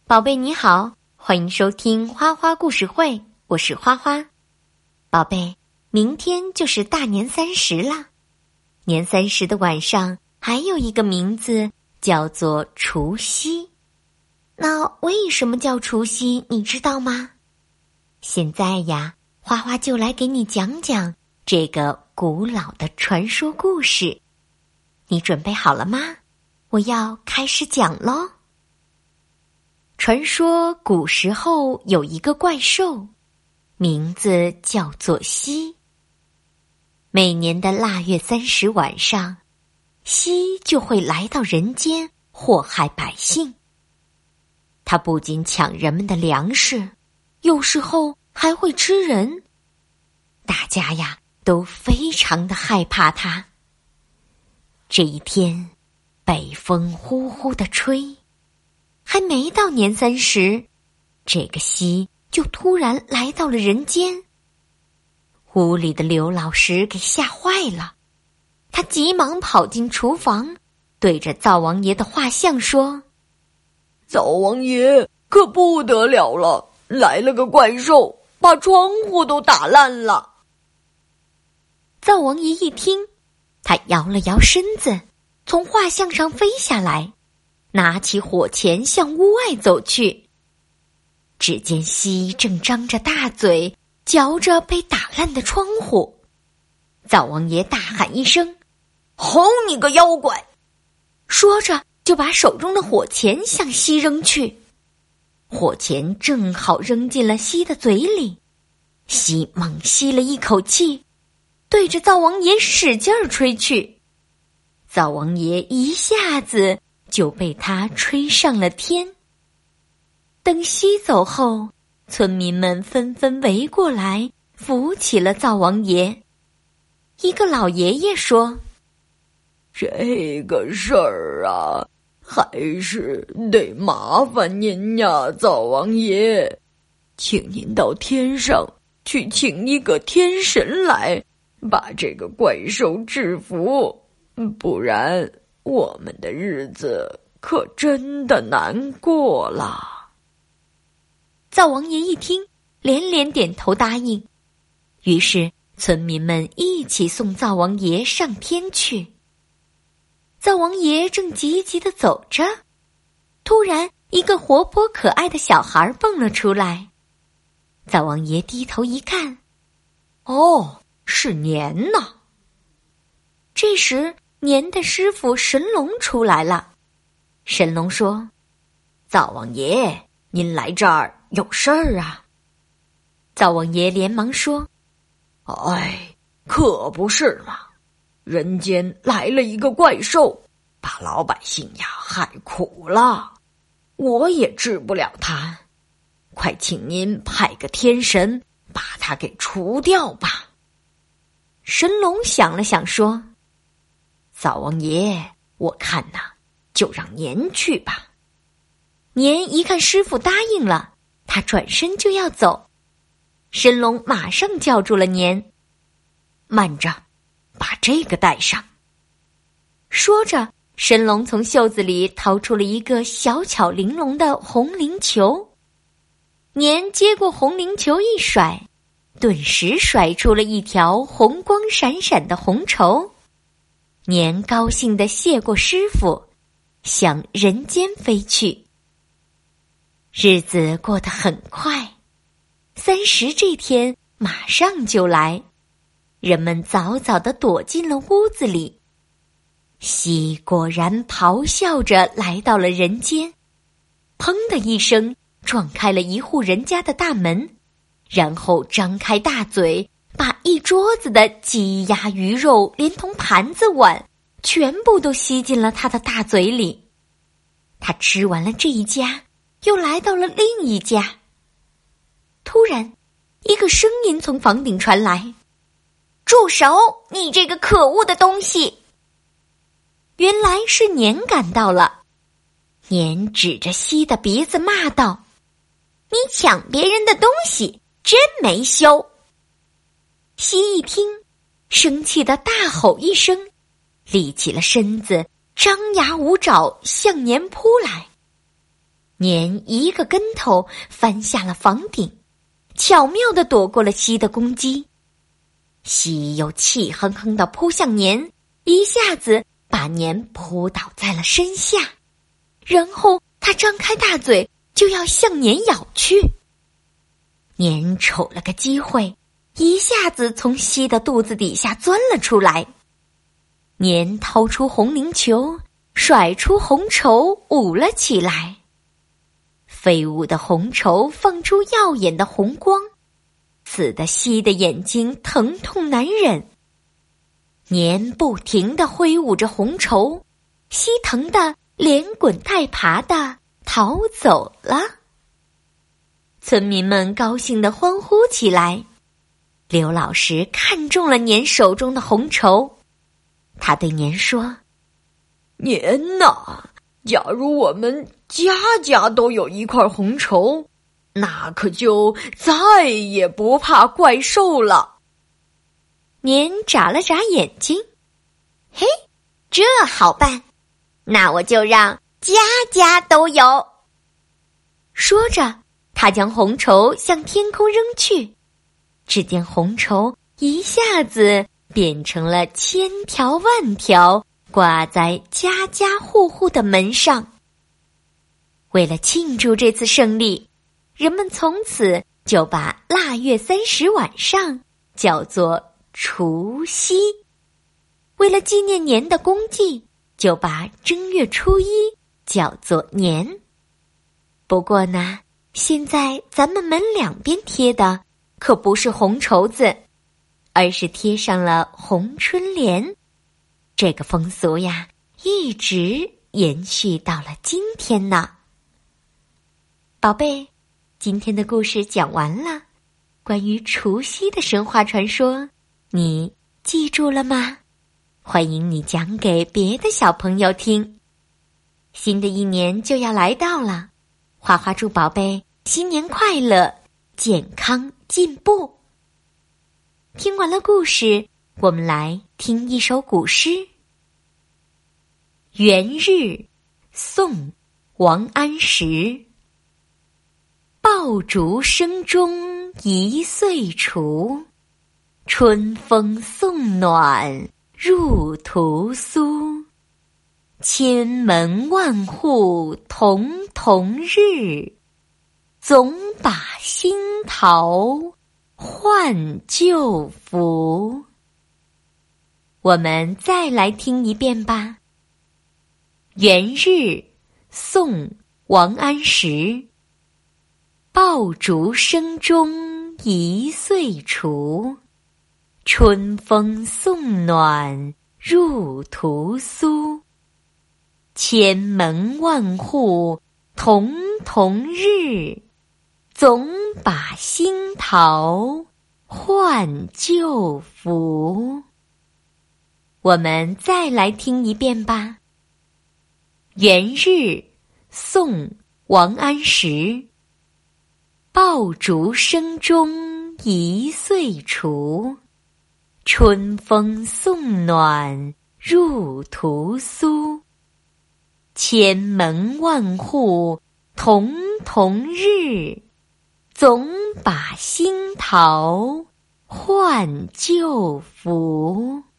宝贝你好，欢迎收听花花故事会，我是花花。宝贝，明天就是大年30了。年30的晚上还有一个名字叫做除夕。那为什么叫除夕你知道吗？现在呀，花花就来给你讲讲这个古老的传说故事。你准备好了吗？我要开始讲咯。传说古时候有一个怪兽，名字叫做夕。每年的腊月30晚上，夕就会来到人间祸害百姓。他不仅抢人们的粮食，有时候还会吃人。大家呀都非常的害怕他。这一天，北风呼呼地吹，还没到年30，这个夕就突然来到了人间。屋里的刘老师给吓坏了，他急忙跑进厨房，对着灶王爷的画像说： 灶王爷，可不得了了，来了个怪兽，把窗户都打烂了。 灶王爷一听，他摇了摇身子，从画像上飞下来，拿起火钳向屋外走去。只见夕正张着大嘴嚼着被打烂的窗户。灶王爷大喊一声： 吼你个妖怪！ 说着就把手中的火钳向夕扔去。火钳正好扔进了夕的嘴里，夕猛吸了一口气，对着灶王爷使劲儿吹去。灶王爷一下子就被他吹上了天。等夕走后，村民们纷纷围过来扶起了灶王爷。一个老爷爷说： 这个事儿啊，还是得麻烦您呀，灶王爷，请您到天上去请一个天神来，把这个怪兽制服，不然我们的日子可真的难过了。 灶王爷一听，连连点头答应。于是村民们一起送灶王爷上天去。灶王爷正急急地走着，突然一个活泼可爱的小孩蹦了出来。灶王爷低头一看，哦，是年呐。这时年的师傅神龙出来了。神龙说：灶王爷，您来这儿有事儿啊？灶王爷连忙说： 哎，可不是嘛，人间来了一个怪兽，把老百姓呀害苦了，我也治不了他，快请您派个天神把他给除掉吧。 神龙想了想说： 灶王爷，我看呐，就让年去吧。 年一看师傅答应了，他转身就要走。神龙马上叫住了年： 慢着，把这个带上。 说着，神龙从袖子里掏出了一个小巧玲珑的红绫球。年接过红绫球一甩，顿时甩出了一条红光闪闪的红绸。年高兴地谢过师傅，向人间飞去。日子过得很快，30这天马上就来，人们早早地躲进了屋子里。夕果然咆哮着来到了人间，砰的一声撞开了一户人家的大门，然后张开大嘴，把一桌子的鸡鸭鱼肉连同盘子碗全部都吸进了他的大嘴里。他吃完了这一家，又来到了另一家。突然，一个声音从房顶传来：住手，你这个可恶的东西！原来是年赶到了。年指着夕的鼻子骂道：你抢别人的东西，真没羞！夕一听，生气的大吼一声，立起了身子，张牙舞爪向年扑来。 年一个跟头翻下了房顶，巧妙地躲过了西的攻击。西又气哼哼地扑向年，一下子把年扑倒在了身下，然后他张开大嘴就要向年咬去。年瞅了个机会，一下子从西的肚子底下钻了出来。年掏出红灵球，甩出红绸舞了起来。飞舞的红绸放出耀眼的红光，刺得西的眼睛疼痛难忍。年不停地挥舞着红绸，西疼得连滚带爬地逃走了。村民们高兴地欢呼起来。刘老师看中了年手中的红绸，他对年说：“ 年呐，假如我们家家都有一块红绸，那可就再也不怕怪兽了。” 年眨了眨眼睛，嘿，这好办，那我就让家家都有。说着，他将红绸向天空扔去，只见红绸一下子变成了千条万条，挂在家家户户的门上。为了庆祝这次胜利，人们从此就把腊月30晚上叫做除夕。为了纪念年的功绩，就把正月初一叫做年。不过呢，现在咱们门两边贴的可不是红绸子，而是贴上了红春联。这个风俗呀，一直延续到了今天呢。宝贝，今天的故事讲完了。关于除夕的神话传说，你记住了吗？欢迎你讲给别的小朋友听。新的一年就要来到了，花花祝宝贝新年快乐，健康进步。听完了故事，我们来听一首古诗《元日》，宋·王安石。爆竹声中一岁除，春风送暖入屠苏。千门万户曈曈日，总把新桃换旧符。我们再来听一遍吧。元日，宋·王安石。爆竹声中一岁除，春风送暖入屠苏。千门万户曈曈日，总把新桃换旧符。我们再来听一遍吧。元日，宋·王安石。爆竹声中一岁除，春风送暖入屠苏。千门万户曈曈日，总把新桃换旧符。